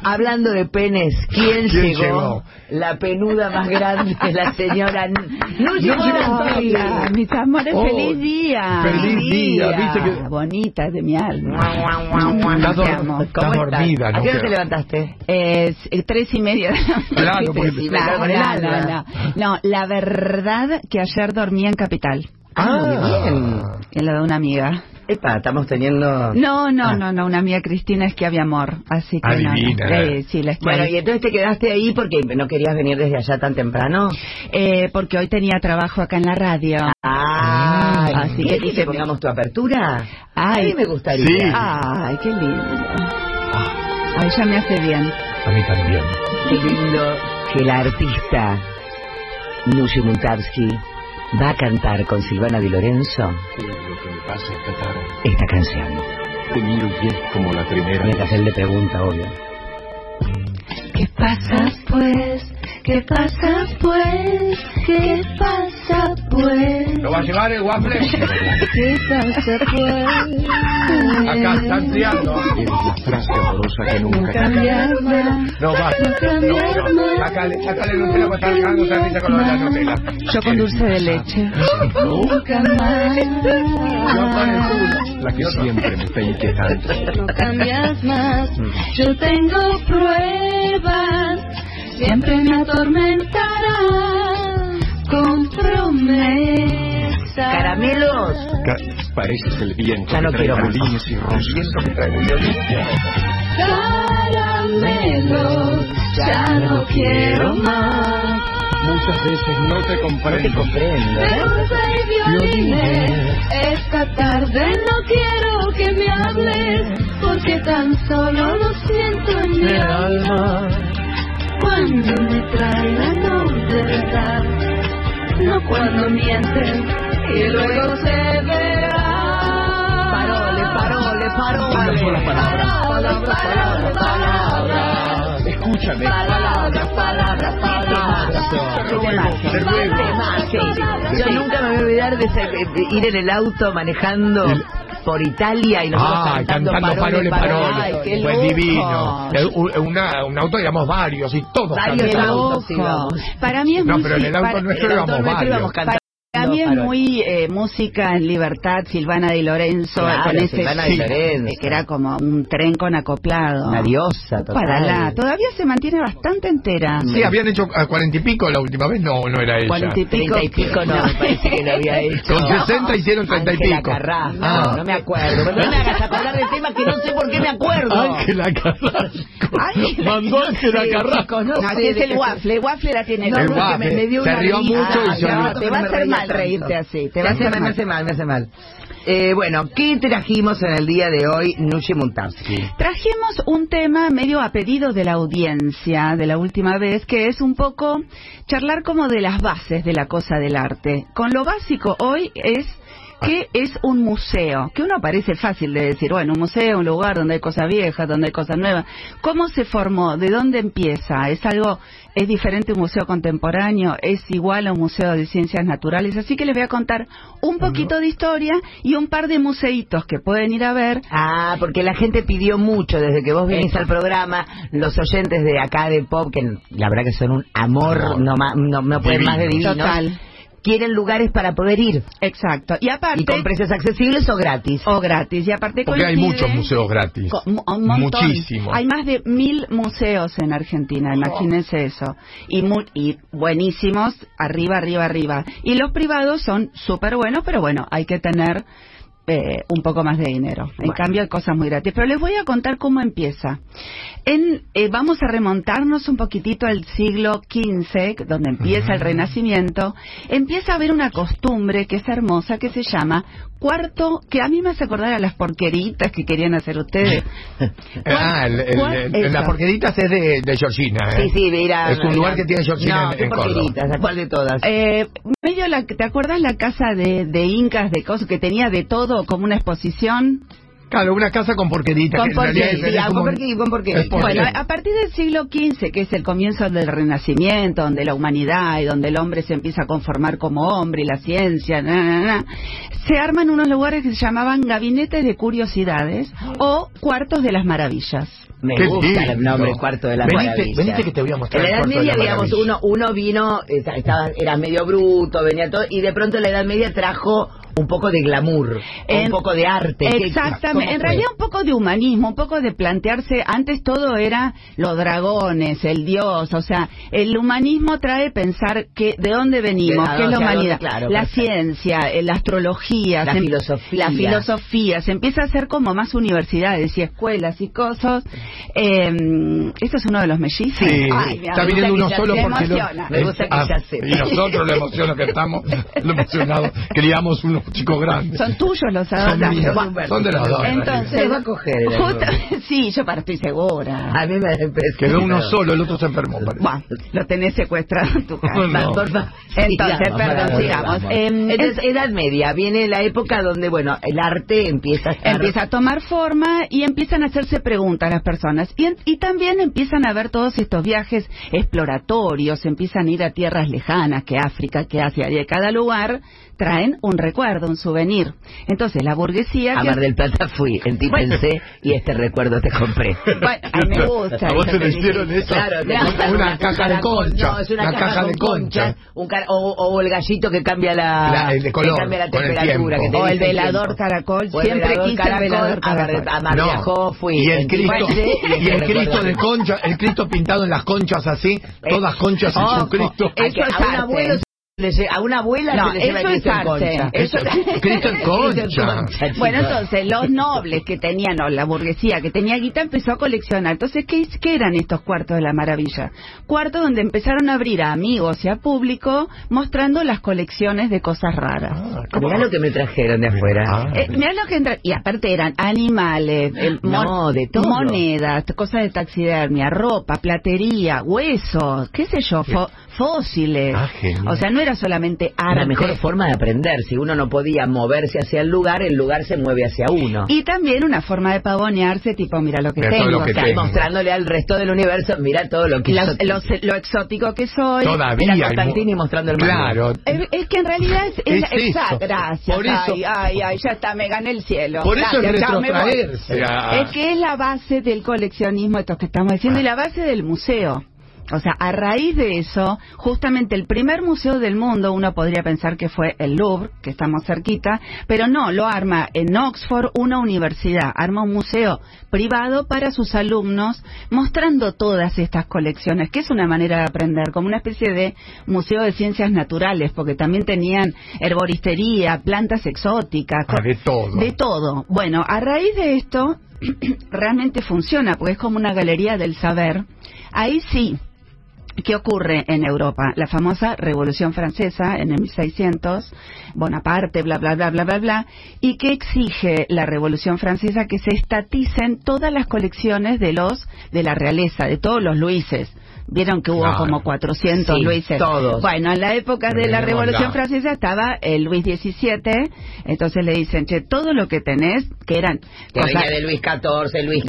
Hablando de penes, ¿quién llegó? La penuda más grande, la señora Nushi Montazzi. Hola, mis amores, feliz día. Feliz día, viste que... Bonita de mi alma. Estás dormida, ¿no? ¿A qué hora te levantaste? 3:30. Claro, porque... No, la verdad que ayer dormí en Capital. Muy bien. En la de una amiga. Epa, estamos teniendo... No, una amiga Cristina es que había amor, así que adivina. Sí, la Bueno, y entonces te quedaste ahí porque no querías venir desde allá tan temprano. Porque hoy tenía trabajo acá en la radio. Así que dice, pongamos tu apertura. A mí me gustaría. Sí. Ay, qué lindo. Ay, ya me hace bien. A mí también. Qué lindo que la artista Nushi Montazzi va a cantar con Silvana Di Lorenzo. ¿Qué es lo que me pasa esta tarde? Esta canción. Te miro y es como la primera. Mientras él le pregunta, obvio. ¿Qué pasa pues? ¿Qué pasa pues? ¿Qué pasa pues? ¿Lo va a llevar el waffle? ¿Qué pasa pues? Acá está ampliando. Es la frase amorosa que nunca cambiar más. No, va. No. Sácale Nutella para estar cagando salsita con la Nutella. Yo con dulce de leche. Nunca más. No con el culo. La que siempre me está inquietando. No cambias más. Yo tengo pruebas. Siempre me atormentará con promesas. ¡Caramelos! Pareces el viento Ya no que trae quiero más. violines y rosas. Caramelos, ya no quiero más. Muchas veces no te comprendo. Dulce y violines, esta tarde no quiero que me hables, porque tan solo lo siento en mi alma. Cuando me traigan de verdad, no cuando mienten y luego se verá. Parole. Una sola palabra. Palabras. Escúchame. Palabras. Yo nunca me voy a olvidar de ir en el auto manejando por Italia y nosotros cantando Parole. Ay, qué Fue loco. divino. Un auto, digamos, varios y todos Varios cantando. autos íbamos. Para mí es No, muy pero en el auto nuestro íbamos varios. Para mí es muy música en libertad, Silvana Di Lorenzo, Claro, con ese Silvana Di Lorenzo. que era como un tren con acoplado. Una diosa total. Todavía se mantiene bastante entera. Sí, habían hecho 40 y pico la última vez, no era ella. 40 y pico. 30 y pico no, me parece que lo había hecho. Con 60 hicieron 30 y Ángela pico. Carrasco, no me acuerdo. Pero no me hagas acordar de temas que no sé por qué me acuerdo. Ángela Carrasco. Mandó Ángela Carrasco. No, así es el waffle. El waffle la tiene. El waffle. me dio Se una rió risa. mucho y se olvidó. Te va a hacer mal reírte así. Te va a hacer mal. Me hace mal. Bueno, ¿qué trajimos en el día de hoy, Nushi Montazzi? Trajimos un tema medio a pedido de la audiencia de la última vez, que es un poco charlar como de las bases de la cosa del arte. Con lo básico hoy es ¿qué es un museo? Que uno parece fácil de decir, bueno, un museo es un lugar donde hay cosas viejas, donde hay cosas nuevas. ¿Cómo se formó? ¿De dónde empieza? ¿Es diferente a un museo contemporáneo? ¿Es igual a un museo de ciencias naturales? Así que les voy a contar un poquito de historia y un par de museitos que pueden ir a ver. Porque la gente pidió mucho desde que vos viniste al programa, los oyentes de acá de Pop, que la verdad que son un amor, no pueden más de divinos. Total. Quieren lugares para poder ir. Exacto. Y aparte... ¿Y con precios accesibles o gratis? O gratis. Y aparte porque hay muchos museos gratis. Un montón. Muchísimos. Hay más de 1000 museos en Argentina, imagínense eso. Y buenísimos, arriba. Y los privados son súper buenos, pero bueno, hay que tener un poco más de dinero. En cambio hay cosas muy gratis. Pero les voy a contar cómo empieza. Vamos a remontarnos un poquitito al siglo XV, donde empieza el Renacimiento. Empieza a haber una costumbre que es hermosa, que se llama cuarto, que a mí me hace acordar a las porqueritas que querían hacer ustedes. Las porqueritas es de Georgina. Sí, mira. Es un lugar que tiene Georgina en Córdoba. Porqueritas, ¿cuál de todas? ¿Te acuerdas la casa de incas, de cosas que tenía de todo, como una exposición? Claro, una casa con porqueritas. Con porqueritas. Bueno, a partir del siglo XV, que es el comienzo del Renacimiento, donde la humanidad y donde el hombre se empieza a conformar como hombre y la ciencia, se arman unos lugares que se llamaban gabinetes de curiosidades o cuartos de las maravillas. Me Qué gusta el lindo. nombre Cuarto de la Maravilla. Venite que te voy a mostrar En la el Edad Cuarto de Media, la digamos, Maravilla. uno vino, era medio bruto, venía todo, y de pronto la Edad Media trajo un poco de glamour, un poco de arte. Exactamente, en realidad un poco de humanismo, un poco de plantearse, antes todo era los dragones, el dios, o sea, el humanismo trae pensar que de dónde venimos, qué es la humanidad, la ciencia, la astrología, la filosofía, se empieza a hacer como más universidades y escuelas y cosas. ¿Esto es uno de los mellizos? Sí, Ay, está viniendo uno solo porque me gusta que ya sepa. y nosotros lo emocionados que estamos, lo emocionados, criamos unos chicos grandes. Son tuyos los adultos. Son de los dos. Entonces, se va a coger. Sí, yo estoy segura. A mí me quedó uno solo, el otro se enfermó. Bueno, lo tenés secuestrado en tu casa. No. Por favor. Entonces, perdón, sigamos. Entonces, Edad Media, viene la época donde, bueno, el arte empieza a tomar forma y empiezan a hacerse preguntas las personas. Y también empiezan a ver todos estos viajes exploratorios, empiezan a ir a tierras lejanas, que África, que Asia, y de cada lugar traen un recuerdo, un souvenir. Entonces, la burguesía... A Mar del Plata fui, en ti pensé y este recuerdo te compré. Bueno, a mí me gusta. ¿A vos te lo hicieron eso? Claro, una caja de concha. No, es una caja de concha. O el gallito que cambia de color, que cambia la con el temperatura. tiempo. Que te O el dice velador tiempo. caracol. O el Siempre velador quise el velador caracol. caracol. A Mar de Ajó fui. Y el Cristo, y y el Cristo de concha, el Cristo pintado en las conchas así, todas conchas en su Cristo. Eso es arte. A una abuela No, se le lleva eso el es Cristo en arte. concha. Eso es Cristo en concha. Bueno, entonces, los nobles que tenían, o la burguesía que tenía guita, empezó a coleccionar. Entonces, ¿qué eran estos cuartos de la maravilla? Cuartos donde empezaron a abrir a amigos y a público, mostrando las colecciones de cosas raras. Mirá lo que me trajeron de afuera. Mirá lo que entra... Y aparte eran animales, de todo. monedas, cosas de taxidermia, ropa, platería, huesos, qué sé yo, fósiles. O sea, no era solamente arte. La mejor forma de aprender. Si uno no podía moverse hacia el lugar se mueve hacia uno. Y también una forma de pavonearse, tipo, mira lo que Mira tengo. todo lo que tengo. Mostrándole al resto del universo, mira todo lo que lo exótico que soy. Todavía. Mira Constantini mostrando el Claro. Es que en realidad es eso. gracias. Por eso, ay, ya está, me gané el cielo. Por eso Gracias, es chao, me voy. retrotraerse. Es que es la base del coleccionismo, esto que estamos diciendo, y la base del museo. O sea, a raíz de eso, justamente el primer museo del mundo, uno podría pensar que fue el Louvre, que estamos cerquita, pero no, lo arma en Oxford una universidad, arma un museo privado para sus alumnos, mostrando todas estas colecciones, que es una manera de aprender, como una especie de museo de ciencias naturales, porque también tenían herboristería, plantas exóticas. De todo. De todo. Bueno, a raíz de esto, realmente funciona, porque es como una galería del saber. Ahí sí. ¿Qué ocurre en Europa? La famosa Revolución Francesa en el 1600, Bonaparte, bla, bla, bla, bla, bla, bla, y que exige la Revolución Francesa que se estaticen todas las colecciones de la realeza, de todos los Luises. Vieron que hubo como 400 Luises. Todos. Bueno, en la época de la Revolución Francesa estaba el Luis XVII, entonces le dicen, che, todo lo que tenés, que eran... Que venía de Luis XIV, Luis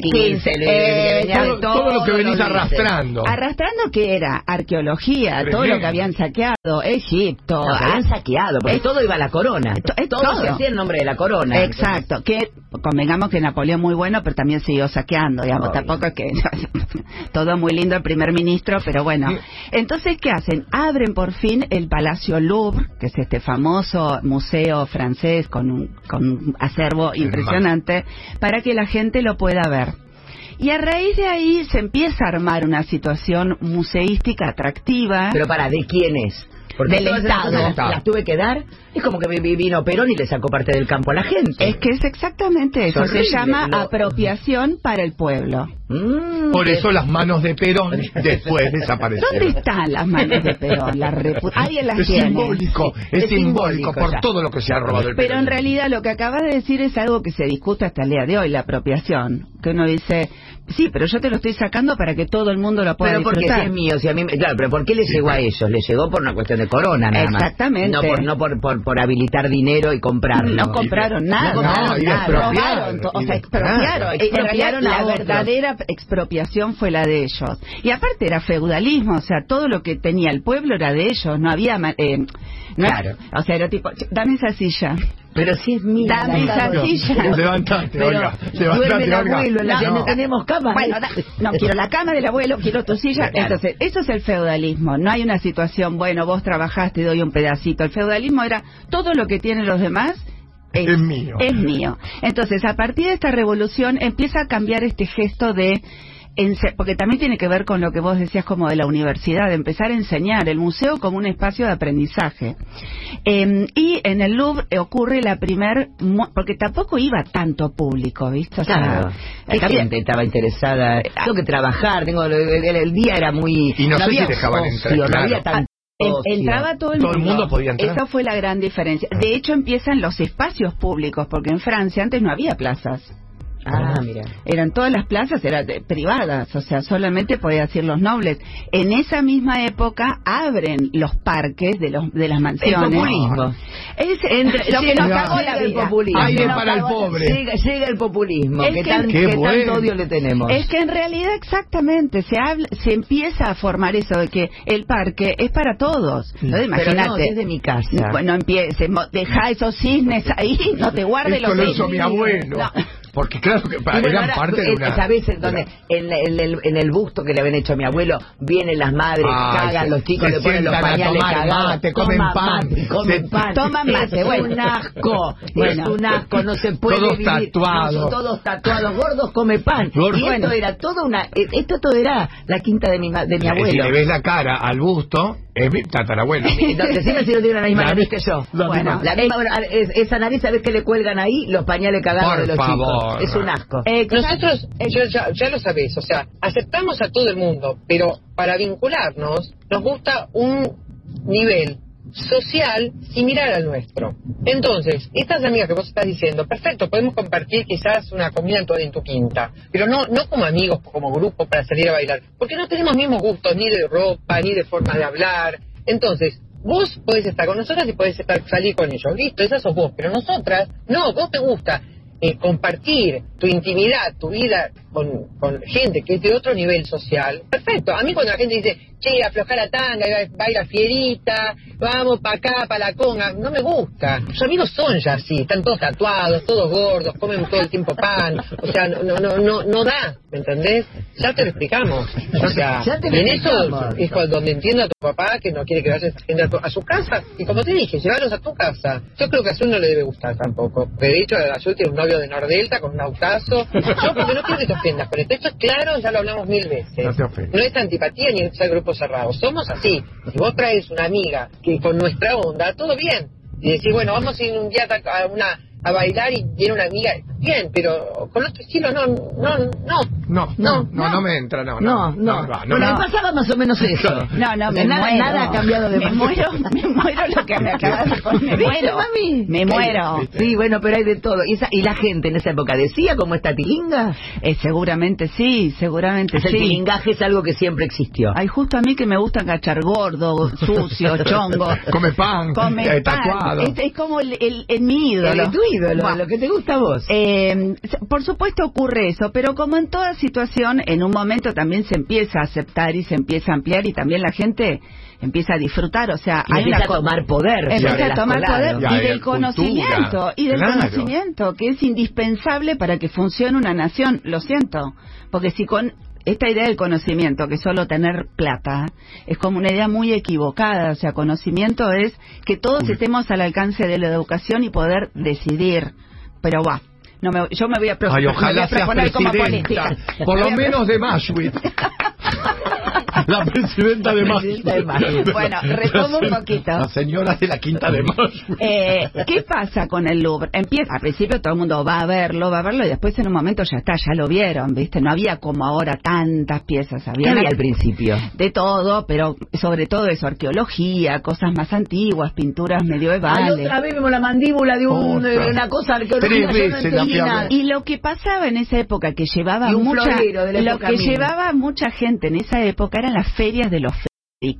XV, todo lo que venís arrastrando. ¿Arrastrando qué era? Arqueología, todo lo que habían saqueado, Egipto. No, habían saqueado, porque todo iba a la corona. Todo se hacía en nombre de la corona. Exacto, entonces, que convengamos que Napoleón muy bueno, pero también siguió saqueando, digamos, tampoco es que... todo muy lindo el primer ministro, pero bueno. Entonces, ¿qué hacen? Abren por fin el Palacio Louvre, que es este famoso museo francés con un acervo impresionante, para que la gente lo pueda ver. Y a raíz de ahí se empieza a armar una situación museística atractiva. ¿Pero ¿de quién es? Porque del Estado. Las tuve que dar. Es como que vino Perón y le sacó parte del campo a la gente. Es que es exactamente eso. Se llama apropiación para el pueblo. Por eso las manos de Perón después desaparecieron. ¿Dónde están las manos de Perón? Alguien las tiene. Es simbólico por ya. todo lo que se ha robado el Pero Perón. en realidad lo que acabas de decir es algo que se discute hasta el día de hoy, la apropiación. Que uno dice, sí, pero yo te lo estoy sacando para que todo el mundo lo pueda disfrutar. Pero porque si es mío, si a mí... Claro, pero ¿por qué le llegó a ellos? Le llegó por una cuestión de corona, nada más. Exactamente. No por habilitar dinero y comprarlo. No compraron nada. Expropiaron. O sea, expropiaron. En realidad la verdadera expropiación fue la de ellos. Y aparte era feudalismo, o sea, todo lo que tenía el pueblo era de ellos, no había... Claro. O sea, era tipo, dame esa silla. Pero si es mía. Dame esa silla. Levantate, Pero Olga. duerme el Levantate, Olga. abuelo, en la que no tenemos cama. Bueno, no quiero la cama del abuelo, quiero tu silla. Claro. Entonces, eso es el feudalismo. No hay una situación, bueno, vos trabajaste y doy un pedacito. El feudalismo era todo lo que tienen los demás. Es mío. Es mío. Entonces, a partir de esta revolución empieza a cambiar este gesto de... porque también tiene que ver con lo que vos decías como de la universidad, de empezar a enseñar el museo como un espacio de aprendizaje. Y en el Louvre ocurre la porque tampoco iba tanto público, ¿viste? O sea, Claro. ¿Qué gente estaba interesada? Tengo que trabajar, el día era muy... Y no sé había si dejaban ocio, entrar, no claro. había tanto ocio. Entraba todo el Todo el mundo podía entrar. Esa fue la gran diferencia. De hecho, empiezan los espacios públicos, porque en Francia antes no había plazas. Mira. Eran todas las plazas eran privadas, o sea, solamente podían ir los nobles. En esa misma época abren los parques de las mansiones. El populismo. Lo que nos cagó la el vida. populismo. Aire para el pobre. Llega el populismo, Es que que- tanto bueno. odio le tenemos. Es que en realidad exactamente se empieza a formar eso de que el parque es para todos. Sí. Entonces, Pero no, imagínate. es de mi casa. Bueno, empiece, deja esos cisnes ahí, no te guardes Esto los lo hizo cisnes. mi abuelo. No. Porque claro que Y bueno, eran ahora, parte de una... ¿sabés en dónde? En el busto que le habían hecho a mi abuelo, vienen las madres, cagan, los chicos se le ponen los sientan a pañales tomar cagados, mate, comen toman pan. mate, comen Se- pan. Toman mate, es bueno. un asco, Bueno. es un asco, no se puede Todos vivir. tatuados. No, son todos tatuados, gordos come pan. Gordos. Y esto era toda esto todo era la quinta de mi Si abuelo. le ves la cara al busto, es mi tatarabuelo. Decime si no tiene la misma La nariz mi- que yo. la Bueno, misma. la misma, bueno, esa nariz, ¿sabés qué le cuelgan ahí? Los pañales cagados Por de los favor. chicos. Es un asco. Nosotros, ya lo sabés, o sea, aceptamos a todo el mundo, pero para vincularnos nos gusta un nivel social similar al nuestro. Entonces, estas amigas que vos estás diciendo, perfecto, podemos compartir quizás una comida en tu quinta, pero no como amigos, como grupo para salir a bailar, porque no tenemos mismos gustos, ni de ropa, ni de forma de hablar. Entonces, vos podés estar con nosotras y podés salir con ellos, listo, esas sos vos, pero nosotras, no, vos te gusta compartir tu intimidad, tu vida con gente que es de otro nivel social, perfecto. A mí cuando la gente dice, che, aflojar la tanga, va a ir a Fierita, vamos para acá, para la conga, no me gusta. Sus amigos son ya así, están todos tatuados, todos gordos, comen todo el tiempo pan, o sea, no da, ¿me entendés? Ya te lo explicamos. O sea, Ya te lo en eso explicamos. es donde entiendo a tu papá que no quiere que vayas esa gente a su casa, y como te dije, llevarlos a tu casa. Yo creo que a Azul no le debe gustar tampoco, porque de hecho Azul tiene un novio de Nordelta con un autazo. Yo porque no quiero que te ofendas, pero esto es claro, ya lo hablamos 1000 veces. No te ofendas. No es antipatía ni es grupo cerrado, somos así. Si vos traes una amiga que con nuestra onda, todo bien. Y decís, bueno, vamos a ir un día a bailar y viene una amiga, bien, pero con otro estilo no No me entra, No. Bueno, me pasaba más o menos eso. No, me nada, muero. nada ha cambiado de Me muero lo que me acabas de poner. Me muero, mami? me muero. Sí, bueno, pero hay de todo. ¿Y la gente en esa época decía como esta tilinga? Seguramente sí, seguramente El sí. tilingaje es algo que siempre existió. Ay, justo a mí que me gusta cachar gordo, sucio, chongo. Come pan, Come pan. tatuado. Es como el mi ídolo. Tu ídolo, Buah. lo que te gusta a vos. Por supuesto ocurre eso, pero como en toda situación, en un momento también se empieza a aceptar y se empieza a ampliar y también la gente empieza a disfrutar, o sea, Y empieza a tomar poder. empieza sobre a las tomar coladas. poder Ya, y del hay cultura. conocimiento, Claro. conocimiento, que es indispensable para que funcione una nación, lo siento, porque si con esta idea del conocimiento, que solo tener plata, es como una idea muy equivocada. O sea, conocimiento es que todos estemos al alcance de la educación y poder decidir. Pero va, yo me voy a Ay, ojalá seas proponer como presidenta, política. por lo menos de Mashwitz. La presidenta de Mashwitz. Bueno, retomo un poquito. La señora de la quinta de Mashwitz. ¿Qué pasa con el Louvre? Empieza, al principio todo el mundo va a verlo y después en un momento ya lo vieron, ¿viste? No había como ahora tantas piezas. ¿Qué había al principio? De todo, pero sobre todo eso, arqueología, cosas más antiguas, pinturas medievales. Otra vez vimos la mandíbula de una cosa arqueológica. Tres yo no veces la entendí fui a ver. nada. Y lo que pasaba en esa época que llevaba Y un mucha florero de la lo época que misma. llevaba mucha gente en esa época eran las ferias de los freaks.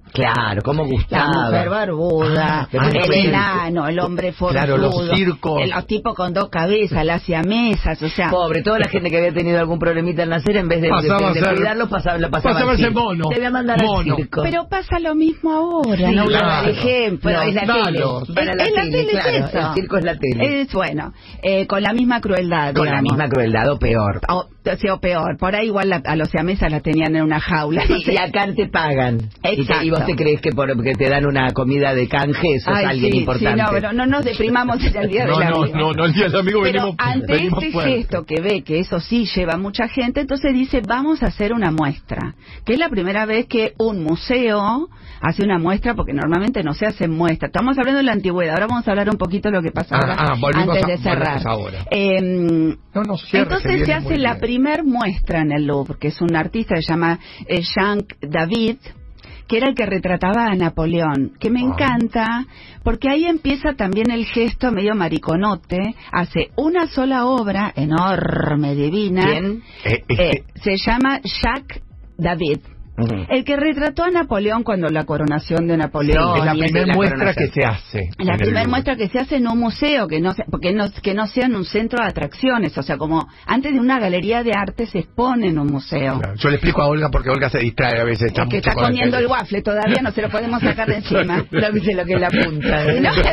Claro, cómo gustaba. La mujer barbuda, el enano, el hombre forzudo, claro, los circos, los tipos con 2 cabezas, las siamesas, o sea... Pobre, toda la gente que había tenido algún problemita al nacer, en vez de cuidarlo, pasaba a ser mono. Te voy a mandar al circo. Pero pasa lo mismo ahora, sí, no voy a dar ejemplo. Bueno, es la tele. Para la tele, claro. El circo es la tele. Es bueno, con la misma crueldad, con digamos. la misma crueldad o peor. O peor, por ahí igual a los siamesas la tenían en una jaula. Y acá te pagan. Exacto. Y vos te crees que porque te dan una comida de canje, eso es alguien importante. Sí, no, pero no nos deprimamos en el Día del Amigo. No, el Día del Amigo pero ante este gesto que ve que eso sí lleva mucha gente, entonces dice, vamos a hacer una muestra. Que es la primera vez que un museo hace una muestra, porque normalmente no se hacen muestras. Estamos hablando de la antigüedad, ahora vamos a hablar un poquito de lo que pasa ahora, antes de cerrar. Entonces se hace la primer muestra en el Louvre, que es un artista que se llama Jean David, que era el que retrataba a Napoleón, que me encanta, porque ahí empieza también el gesto medio mariconote, hace una sola obra enorme, divina. ¿Quién? Se llama Jacques David. El que retrató a Napoleón cuando la coronación de Napoleón. Sí, es la primera muestra que se hace. La primera muestra que se hace en un museo, que no sea en un centro de atracciones, o sea, como antes de una galería de arte se expone en un museo. Claro. Yo le explico a Olga porque Olga se distrae a veces. Es que está comiendo el waffle todavía, no se lo podemos sacar de encima. No viste lo que es la punta.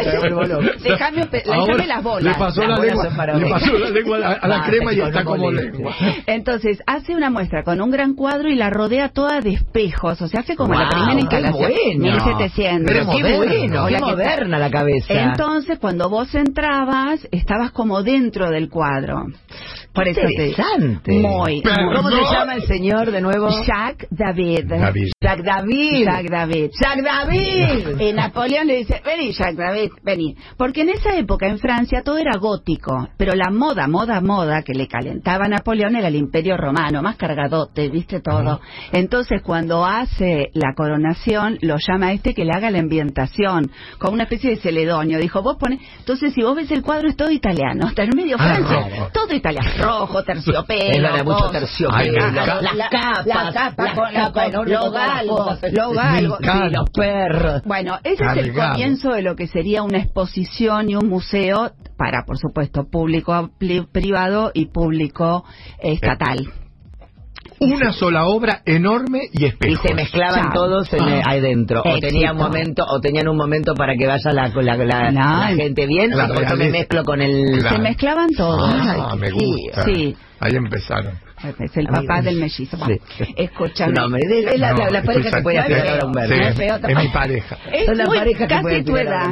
Déjame las bolas. Le pasó la lengua a la crema y está como lengua. Entonces, hace una muestra con un gran cuadro y la rodea toda de espejos, o sea, hace como la primera instalación. Bueno. 1700. Pero qué bueno, qué moderna la cabeza. Entonces, cuando vos entrabas, estabas como dentro del cuadro. Por eso interesante. ¿Cómo se llama el señor de nuevo? Jacques David. Jacques David. Jacques David. Jacques David. Y Napoleón le dice, vení Jacques David, vení. Porque en esa época en Francia todo era gótico, pero la moda que le calentaba a Napoleón era el Imperio Romano, más cargadote, viste todo. Entonces cuando hace la coronación, lo llama a que le haga la ambientación, como una especie de celedonio. Dijo, vos ponés, entonces si vos ves el cuadro es todo italiano, hasta en medio Francia, todo italiano. Rojo, terciopelo, era mucho terciopelo, las capas, los galgos, los perros. Bueno, ese es el comienzo de lo que sería una exposición y un museo para, por supuesto, público privado y público estatal. Una sola obra enorme y espejos. Y se mezclaban todos ahí dentro. O tenían un momento para que vaya la gente bien, o por eso me mezclo con el... Se mezclaban todos. Me gusta. Sí. Ahí empezaron. Es el papá del mellizo. Sí. Escúchame. La pareja que puede hacer ahora un verbo. Es mi pareja. Es la pareja que casi puede tu edad.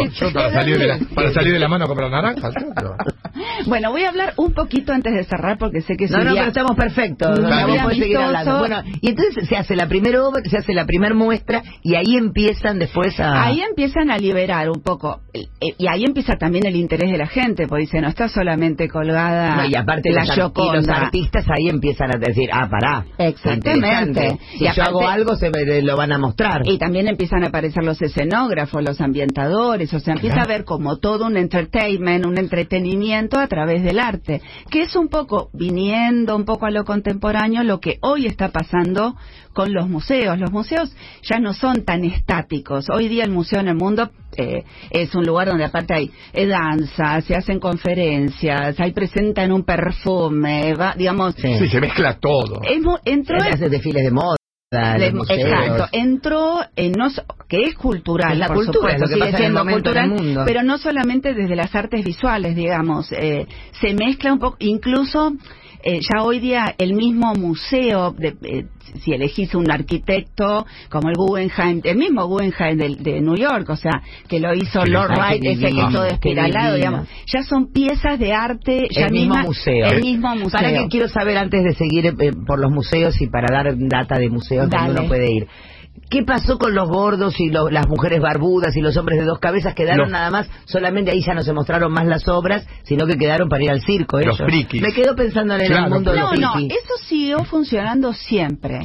Para salir de la mano a comprar naranjas. Bueno, voy a hablar un poquito antes de cerrar porque sé que pero estamos perfectos. Vamos a seguir hablando. Bueno, y entonces se hace la primera obra, se hace la primera muestra y ahí empiezan después a... Ahí empiezan a liberar un poco. Y ahí empieza también el interés de la gente, porque dice, no está solamente colgada... No, y aparte la Gioconda. Y los artistas ahí empiezan a decir, pará. Exactamente. Si yo hago algo, lo van a mostrar. Y también empiezan a aparecer los escenógrafos, los ambientadores, o sea, empieza a ver como todo un entertainment, un entretenimiento a través del arte, que es un poco, viniendo un poco a lo contemporáneo, lo que hoy está pasando con los museos. Los museos ya no son tan estáticos. Hoy día el museo en el mundo es un lugar donde aparte hay danza, se hacen conferencias, ahí presentan un perfume, digamos... Sí, se mezcla todo. Se hacen desfiles de moda. Exacto, entró en que es cultural, la por cultura, supuesto, es lo que sigue pasa siendo en el momento cultural, en el mundo. pero no solamente desde las artes visuales, digamos, se mezcla un poco, incluso ya hoy día el mismo museo, si elegís un arquitecto como el Guggenheim, el mismo Guggenheim de New York, o sea, que lo hizo Lord Wright, ese que es todo espiralado, digamos, ya son piezas de arte, ya el mismo museo. Para que quiero saber, antes de seguir por los museos y para dar data de museos donde uno puede ir, ¿qué pasó con los gordos y las mujeres barbudas y los hombres de 2 cabezas? ¿Quedaron nada más? Solamente ahí ya no se mostraron más las obras, sino que quedaron para ir al circo. Los frikis. Me quedo pensando en el mundo de los frikis. No, eso siguió funcionando siempre. nombre.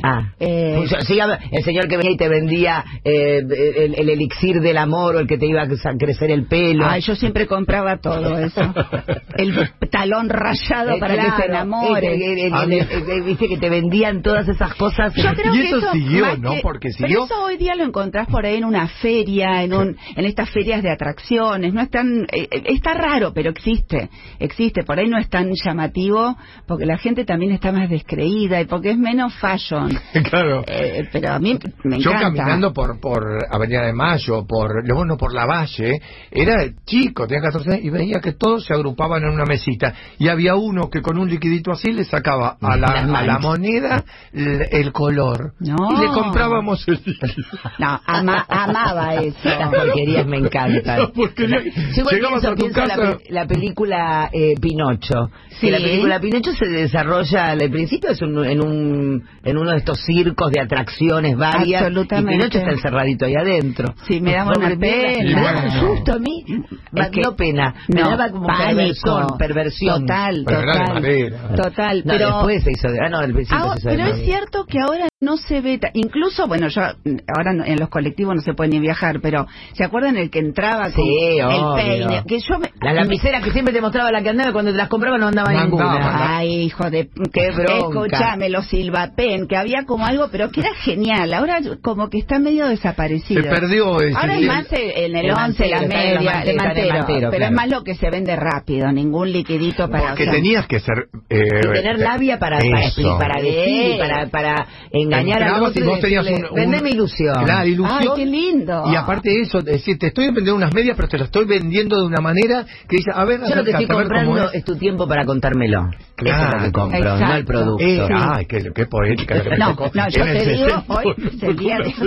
El señor que venía y te vendía el elixir del amor o el que te iba a crecer el pelo. Ay, yo siempre compraba todo eso. El talón rayado para que se enamore. Viste que te vendían todas esas cosas. Yo creo y que eso siguió, ¿no? Porque siguió. Pero eso hoy día lo encontrás por ahí en una feria, en estas ferias de atracciones. No es tan, está raro, pero existe. Por ahí no es tan llamativo porque la gente también está más descreída y porque es menos fashion. Claro. Pero a mí me encanta. Yo caminando por Avenida de Mayo, por la Valle, era chico, tenía 14 años y veía que todos se agrupaban en una mesita y había uno que con un liquidito así le sacaba a la moneda el color. No. Y le comprábamos el... No, amaba eso. Las porquerías me encantan. Llegabas a tu casa... La película Pinocho. Sí. Que la película Pinocho se desarrolla, al principio es en uno de estos circos de atracciones varias. Absolutamente. Y Pinocho está encerradito ahí adentro. Sí, me daba una pena. Me daba un susto a mí. No pena. Me daba como perversión. Total. No, Pero después se hizo al principio se hizo pero es cierto que ahora no se ve, incluso, bueno, yo ahora en los colectivos no se puede ni viajar, pero ¿se acuerdan el que entraba con el peine? Que las lapiceras que siempre te mostraba la que andaba, cuando te las compraba no andaba ninguna. Ay, hijo de... Qué bronca. Escúchame, los Silvapen, que había como algo, pero que era genial. Ahora como que está medio desaparecido. Se perdió ese. Ahora es más en el 11, la media, el mantero, pero claro. Es más lo que se vende rápido, ningún liquidito para... Porque tenías que ser... tener labia para decir, para engañar a los otros. Vendeme ilusión. Claro, ilusión. Ay, qué lindo. Y aparte de eso, decir, te estoy vendiendo unas medias, pero te lo estoy vendiendo de una manera que dice, a ver, yo lo que estoy comprando es tu tiempo para contármelo. Claro, eso es lo que compro, exacto. No el producto. Ay, qué poética. No, yo te digo, hoy es el día de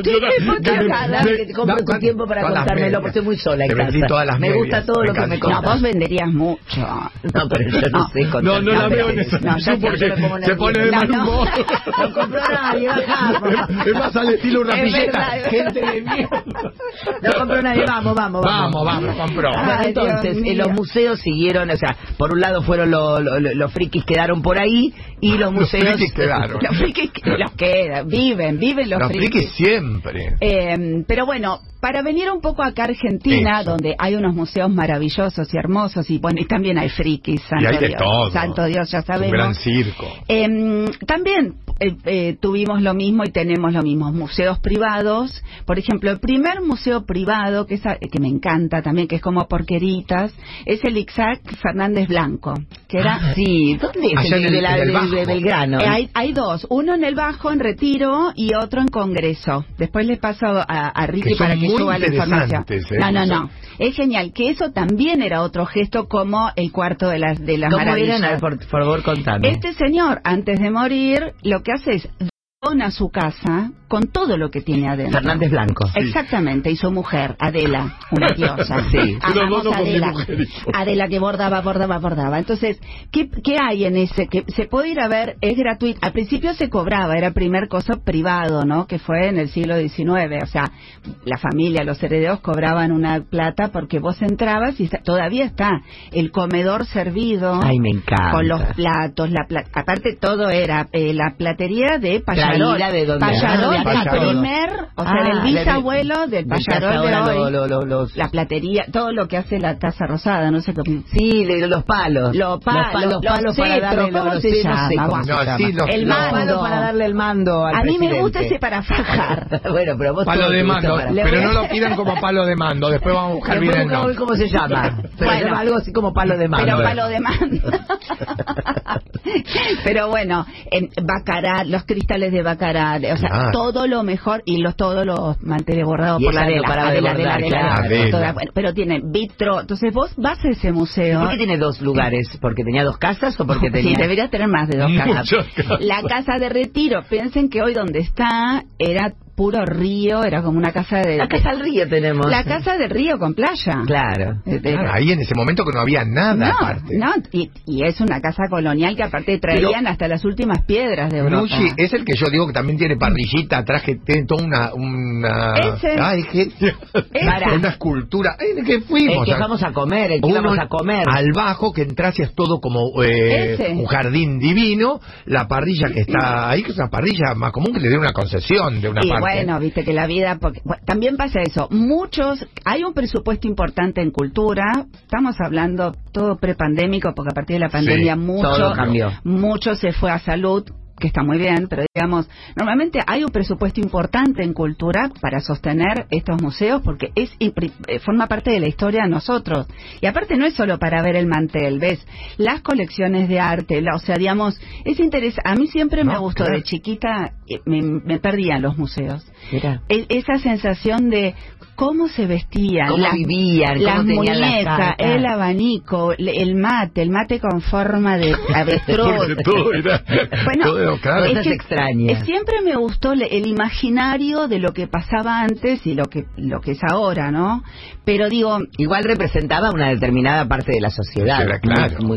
que te compro tu tiempo para contármelo, porque estoy muy sola en casa. Me gusta todo lo que me contás. No, vos venderías mucho. No, pero yo no sé contar. No la veo en esa porque se pone de mal humor. No compró nadie, bajamos. Es más al estilo una pilleta. Gente de mierda. No compró nadie, vamos, compró. Bueno, entonces, los museos siguieron, o sea, por un lado fueron los frikis quedaron por ahí y los museos... Los frikis quedaron. Los frikis los quedan, viven los frikis siempre. Pero bueno, para venir un poco acá a Argentina, donde hay unos museos maravillosos y hermosos, y bueno, y también hay frikis, santo Dios. De todo. Santo Dios, ya sabemos. Un gran circo. También tuvimos lo mismo y tenemos lo mismo, museos privados. Por ejemplo, el primer museo privado, que me encanta también, que es como porqueritas, es el Isaac Fernández Blanco, que era... Sí, ¿dónde es? De Belgrano. Hay dos, uno en el Bajo, en Retiro, y otro en Congreso. Después les paso a Ricky para que suba la información. No. Es genial, que eso también era otro gesto como el cuarto de las maravillas. ¿Cómo eran? Por favor, contame. Este señor, antes de morir, lo que hace es dona su casa con todo lo que tiene adentro. Fernández Blanco. Sí. Exactamente, y su mujer, Adela, una diosa. Sí. Amamos a Adela. Adela que bordaba. Entonces, ¿qué hay en ese? Que se puede ir a ver, es gratuito. Al principio se cobraba, era primer coso privado, ¿no? Que fue en el siglo XIX. O sea, la familia, los herederos cobraban una plata porque vos entrabas y todavía está el comedor servido. Ay, me encanta. Con los platos, aparte todo era la platería de Payarol. ¿De dónde? Payarol, o sea, del bisabuelo del Payarol de hoy. La platería, todo lo que hace la Taza Rosada, no sé qué. Sí, los palos. Los palos para darle ¿cómo se llama? El mando. Para darle el mando al presidente. A mí me gusta ese para fajar. Bueno, pero vos palo de mando, pero no lo pidan como palo de mando, después vamos a buscar bien el nombre. ¿Cómo se llama? Bueno, algo así como palo de mando. Pero palo de mando. Pero bueno, Baccarat, los cristales de Baccarat, o sea, todo lo mejor y todos los manteles bordados por la Adela. Pero tiene vitro, entonces vos vas a ese museo. ¿Por qué tiene dos lugares? ¿Porque tenía dos casas o porque tenía...? Sí, debería tener más de dos casas. La casa de Retiro, piensen que hoy donde está era puro río, era como una casa de... La casa del río tenemos. La casa del río con playa. Claro. Claro, ahí en ese momento que no había nada aparte. No, y es una casa colonial que aparte traían hasta las últimas piedras de Europa. Nushi es el que yo digo que también tiene parrillita atrás, que tiene toda una Ese. ay, una escultura. ¿En qué fuimos? El que vamos a comer, el que íbamos a comer. Al bajo, que entras y es todo como un jardín divino. La parrilla que está ahí, que es una parrilla más común, que le dé una concesión de una parte. Bueno, viste que la vida... también pasa eso. Hay un presupuesto importante en cultura. Estamos hablando todo prepandémico, porque a partir de la pandemia todo cambió. Mucho se fue a salud, que está muy bien, pero digamos, normalmente hay un presupuesto importante en cultura para sostener estos museos, porque forma parte de la historia de nosotros. Y aparte no es solo para ver el mantel, ¿ves? Las colecciones de arte, o sea, digamos, es interesante. A mí siempre me gustó, de chiquita, me perdía en los museos. Esa sensación de cómo se vestían, cómo vivían, las cómo tenían muñecas, el abanico, el mate con forma de avestruz. Bueno, cosas extrañas. Siempre me gustó el imaginario de lo que pasaba antes y lo que es ahora, ¿no? Pero digo, igual representaba una determinada parte de la sociedad. Sí, claro. Muy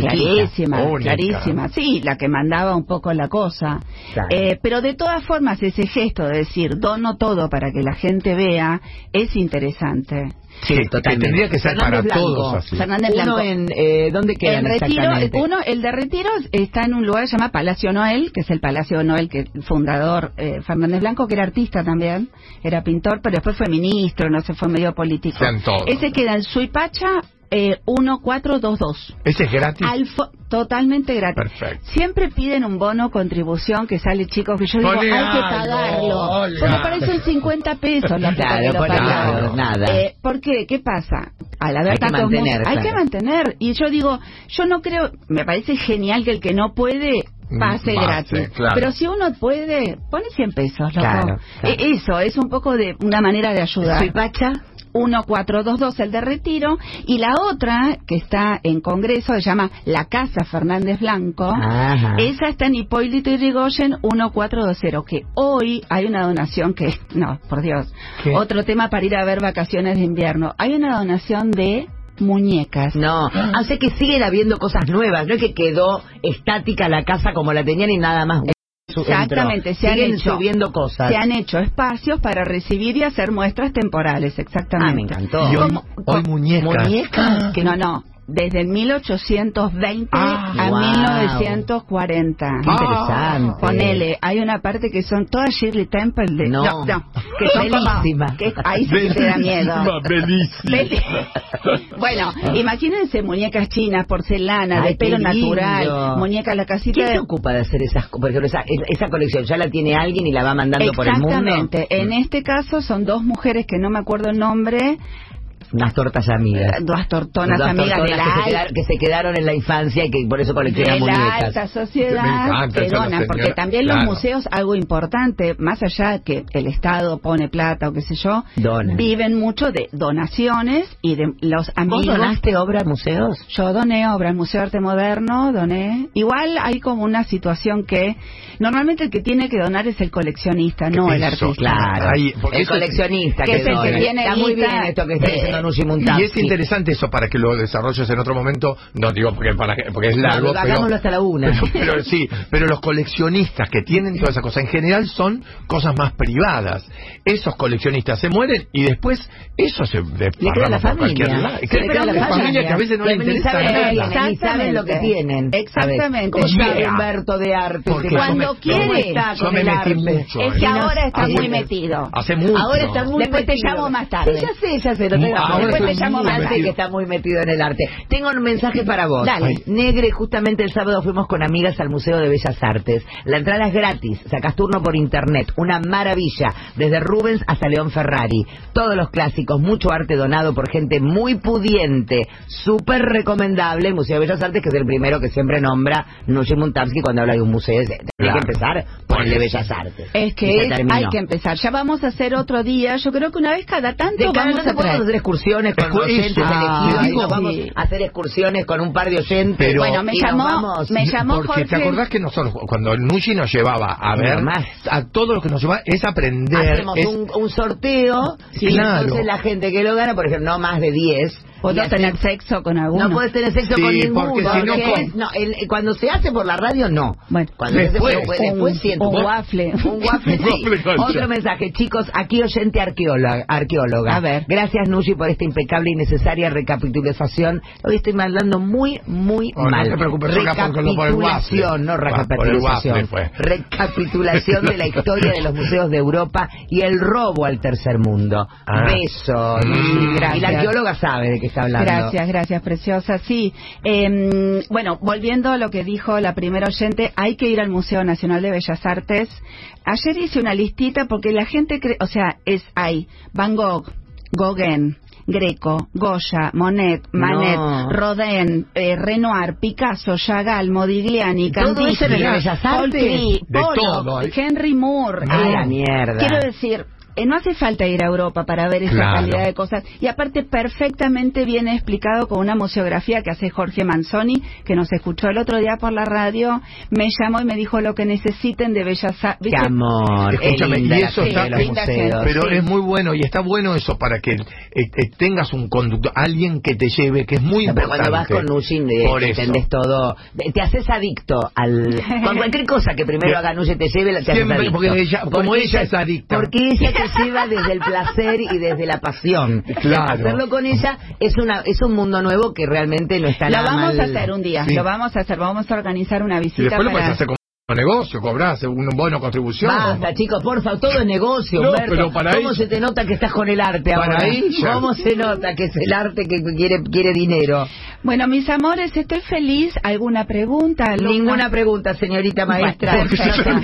clarísima. Sí, la que mandaba un poco la cosa. Claro. Pero de todas formas, ese gesto de decir, dono todo para que la gente vea, es interesante. Sí, totalmente. Tendría que ser Fernández para Blanco. todos así. Fernández Blanco. ¿Dónde queda exactamente? El de Retiro está en un lugar que se llama Palacio Noel, que es el Palacio Noel que el fundador Fernández Blanco, que era artista también, era pintor, pero después fue ministro, no sé, fue medio político. Ese queda en Suipacha 1422. ¿Ese es gratis? Totalmente gratis. Perfecto. Siempre piden un bono contribución que sale, chicos, que yo digo, hay que pagarlo. Porque parecen 50 pesos los nada. ¿Por qué? ¿Qué pasa? Al haber tantos hay que mantener. Y yo digo, yo no creo, me parece genial que el que no puede pase gratis. Claro. Pero si uno puede, pone 100 pesos, loco. Claro. Eso es un poco de una manera de ayudar. Suipacha 1422, el de Retiro, y la otra que está en Congreso se llama la Casa Fernández Blanco. Ajá. Esa está en Hipólito Yrigoyen 1420, que hoy hay una donación que no, por Dios, otro tema para ir a ver vacaciones de invierno. Hay una donación de muñecas. No, hace que siguen habiendo cosas nuevas, no es que quedó estática la casa como la tenían y nada más. Exactamente, siguen subiendo cosas. Se han hecho espacios para recibir y hacer muestras temporales, exactamente. Me encantó. Y hoy muñecas. Que no. Desde el 1820 a 1940. Qué interesante. Ponele, hay una parte que son todas Shirley Temple que son belísimas. Ahí sí que te da miedo. Belísima. Bueno, imagínense muñecas chinas, porcelana, de pelo natural, muñecas, la casita. ¿Quién se ocupa de hacer esas cosas? Por ejemplo, esa colección ya la tiene alguien y la va mandando por el mundo. Exactamente. En este caso son dos mujeres que no me acuerdo el nombre. Unas tortas amigas. Dos tortonas amigas de que se quedaron en la infancia y que por eso coleccionan muñecas. De la alta sociedad que donan, porque también los museos, algo importante, más allá que el Estado pone plata o qué sé yo, viven mucho de donaciones y de los amigos. ¿Vos donaste obra a museos? Yo doné obra al Museo de Arte Moderno, Igual hay como una situación que normalmente el que tiene que donar es el coleccionista, no el artista. Claro, el coleccionista que es el que tiene. Está muy bien esto que está diciendo Nushi Muntamsky. Y es interesante eso para que lo desarrolles en otro momento. No digo porque es largo. Hagámoslo hasta la 1. Pero los coleccionistas que tienen toda esa cosa en general son cosas más privadas. Esos coleccionistas se mueren y después eso se desparrama por cualquier lado. Pero la familia que a veces no le interesa nada. Ni saben lo que tienen. Exactamente. ¿Cómo sabe Humberto de arte? Cuando quiere. Yo me metí mucho. Es que ahora está muy metido. Hace mucho. Ahora está muy metido. Después te llamo más tarde. Ya sé, lo tengo. Después te llamo más tarde, que está muy metido en el arte. Tengo un mensaje para vos. Dale. Negre, justamente el sábado fuimos con amigas al Museo de Bellas Artes. La entrada es gratis, sacás turno por internet. Una maravilla, desde Rubens hasta León Ferrari. Todos los clásicos, mucho arte donado por gente muy pudiente. Súper recomendable el Museo de Bellas Artes, que es el primero que siempre nombra Nushi Muntamsky cuando habla de un museo. Hay que empezar por el de Bellas Artes. Es que hay que empezar. Ya vamos a hacer otro día. Yo creo que una vez cada tanto vamos a traer. excursiones con oyentes elegidos, y nos vamos sí. a hacer excursiones con un par de oyentes. Pero- Bueno, me y nos llamó vamos. Porque Jorge. te acordás que nosotros, cuando Nushi nos llevaba a ver, Más. a todo lo que nos llevaba es aprender. Hacemos es- un sorteo, Sí, y claro. entonces la gente que lo gana, por ejemplo, no más de 10. Puedo y tener hacemos- sexo con alguno. No puedes tener sexo Sí, con ninguno. porque si no, cuando se hace por la radio, no. Bueno, Cuando después, se hace después sí, en tu un voz. waffle. Un waffle, sí. Waffle concha. Otro mensaje, chicos, aquí oyente arqueóloga. A ver. Gracias, Nushi, por esta impecable y necesaria recapitulación. Hoy estoy hablando muy Oh, no te preocupes, yo acá por el waffle. recapitulación, no Por el waffle recapitulación. fue. Recapitulación de la historia de los museos de Europa y el robo al tercer mundo. Beso, Nushi. Gracias. Y la arqueóloga sabe de qué está hablando. Gracias, preciosa. Sí, bueno, volviendo a lo que dijo la primera oyente, hay que ir al Museo Nacional de Bellas Artes. Ayer hice una listita porque la gente cree, o sea, hay Van Gogh, Gauguin, Greco, Goya, Monet, Manet, No. Rodin, Renoir, Picasso, Chagall, Modigliani, ¿Todo Kandinsky, eso en el Bellas Paul Artes? Klee, De Pollock, todo, ¿eh? Henry Moore. Ah, la mierda. Quiero decir, no hace falta ir a Europa para ver esa Claro. calidad de cosas. Y aparte perfectamente viene explicado con una museografía que hace Jorge Manzoni, que nos escuchó el otro día por la radio, me llamó y me dijo lo que necesiten de Bellas Artes. Qué amor. Escúchame, qué linda y la eso gente está- de los linda museos. gente. Pero Sí. es muy bueno, y está bueno eso para que tengas un conductor, alguien que te lleve, que es muy No, pero importante. cuando vas con Nushin Por eso. entendés todo, te haces adicto con cualquier cosa que primero haga Nushin te lleve, te haces Siempre, adicto. porque ella- como ella es adicta. Porque ella te lleva desde el placer y desde la pasión. Claro. Hacerlo con ella es un mundo nuevo que realmente no está Lo nada vamos mal. a hacer un día, Sí. lo vamos a hacer, vamos a organizar una Y visita después lo puedes para... hacer como negocio, cobras un bono contribución. Basta, chicos, porfa, todo es negocio, No, Humberto. pero para ¿Cómo ella- se te nota que estás con el arte Para ahora? ella. ¿Cómo se nota que es el arte que quiere dinero? Bueno, mis amores, estoy feliz. ¿Alguna pregunta? alumna? Ninguna pregunta, señorita maestra. Bueno,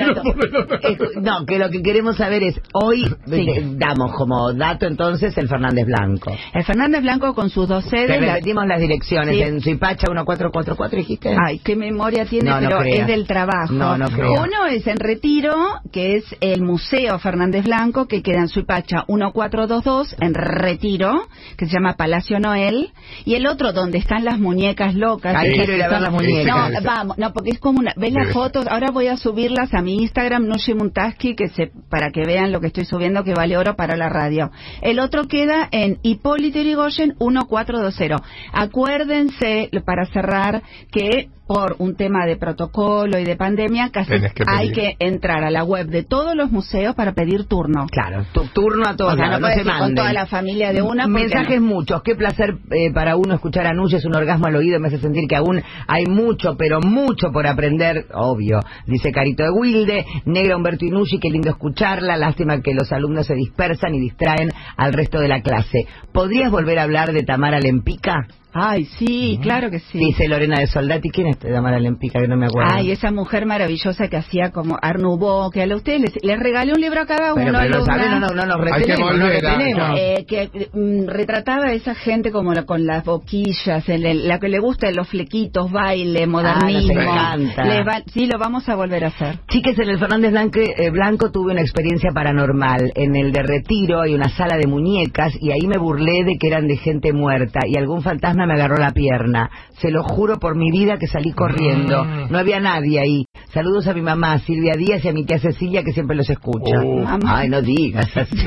No, que lo que queremos saber es, hoy damos como dato entonces el Fernández Blanco. El Fernández Blanco con sus dos Te sedes... la- repetimos las direcciones. Sí. En Suipacha 1444, dijiste. Ay, qué memoria tiene, No, no pero creas. es del trabajo. No, no creas. Uno es en Retiro, que es el Museo Fernández Blanco, que queda en Suipacha 1422, en Retiro, que se llama Palacio Noel. Y el otro, donde están las muñecas locas. Ay, esas quiero ir a que ver son- las muñecas. No, vamos, no, porque es como una... ¿Ves las fotos? Ahora voy a subirlas a mi Instagram, Nushi Muntaski, para que vean lo que estoy subiendo, que vale oro para la radio. El otro queda en Hipólito Yrigoyen 1420. Acuérdense, para cerrar, que por un tema de protocolo y de pandemia, casi Tenés que hay pedir. que entrar a la web de todos los museos para pedir turno. Claro, tu turno a todos. O sea, no no puedes se ir con manden. toda la familia de una. porque Mensajes no. muchos. Qué placer para uno escuchar a Nushi, es un orgasmo al oído. Me hace sentir que aún hay mucho, pero mucho por aprender. Obvio. Dice Carito de Wilde. Negra Humberto y Nushi, qué lindo escucharla. Lástima que los alumnos se dispersan y distraen al resto de la clase. ¿Podrías volver a hablar de Tamara Lempica? Ay, sí, claro que sí. Dice Lorena de Soldati. ¿Quién es Tamara Lempica? Que no me acuerdo. Ay, esa mujer maravillosa que hacía como Art Nouveau, que a ustedes les regalé un libro a cada uno. pero lo alumna. sabe, no nos Hay que retenemos, no volver a- retenemos. Que retrataba a esa gente como con las boquillas, la que le gusta los flequitos, baile, modernismo. nos encanta. Sí, lo vamos a volver a hacer. Chiques, en el Fernández Blanco tuve una experiencia paranormal. En el de Retiro hay una sala de muñecas y ahí me burlé de que eran de gente muerta y algún fantasma me agarró la pierna. Se lo juro por mi vida que salí corriendo. No había nadie ahí. Saludos a mi mamá Silvia Díaz y a mi tía Cecilia que siempre los escucha. Mamá. Ay, no digas así.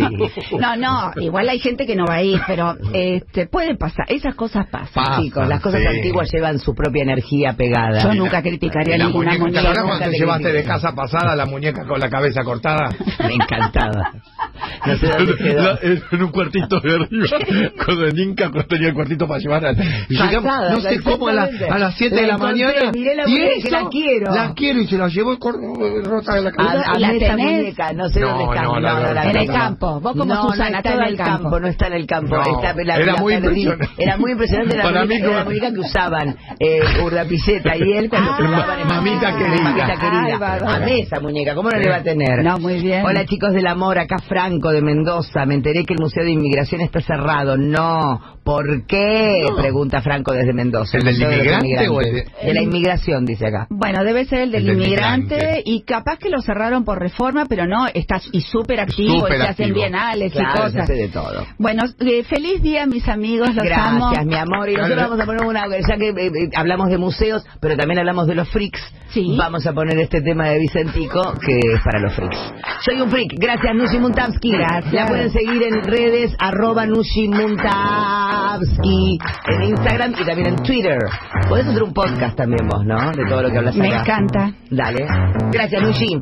No, igual hay gente que no va a ir, pero puede pasar, esas cosas pasan. Pasan, Chicos, las cosas sí. antiguas llevan su propia energía pegada. Yo nunca criticaría La ninguna muñeca, ¿te muñeca. acuerdas cuando te llevaste de critico. casa pasada la muñeca con la cabeza cortada? Me encantaba. No sé dónde quedó. En un cuartito de arriba, cuando el Inca tenía el cuartito para llevar. Y llegamos, Pasada, no sé cómo, a las 7 de la encontré, mañana. miré la y muñeca, eso, la quiero. La quiero y se la llevó rota de la cabeza. A ¿La mí esa tenés? muñeca, no sé No, dónde está. no, la En el tengo. campo. Vos como no, Susana, no está todo en el el campo. no está en el campo. No, era muy perdí. impresionante. Era muy impresionante la Para muñeca, mí era la como- muñeca que usaban Urdapilleta y él cuando jugaban en Mamita querida. Mamita Ay, querida. bárbaro. Amé esa muñeca, ¿cómo no le va a tener? No, muy bien. Hola chicos del amor, acá Franco de Mendoza. Me enteré que el Museo de Inmigración está cerrado. No. ¿Por qué? No. Pregunta Franco desde Mendoza. ¿El del Museo de los inmigrante o el Inmigrantes. De la inmigración, dice acá. Bueno, debe ser el del del inmigrante migrante. y capaz que lo cerraron por reforma, pero no, está y súper activo, Súper y se hacen activo. bienales Claro, y se cosas. hace de todo. Bueno, feliz día, mis amigos, los amo. Gracias, mi amor. Y nosotros vamos a poner una, ya que hablamos de museos, pero también hablamos de los freaks. Sí. Vamos a poner este tema de Vicentico, que es para los freaks. Soy un freak. Gracias, Nushi Muntabsky. Gracias. La pueden seguir en redes, @Nushi Muntabsky, en Instagram y también en Twitter. Podés hacer un podcast también vos, ¿no? De todo lo que hablas acá. Me encanta. Dale. Gracias, Nushi.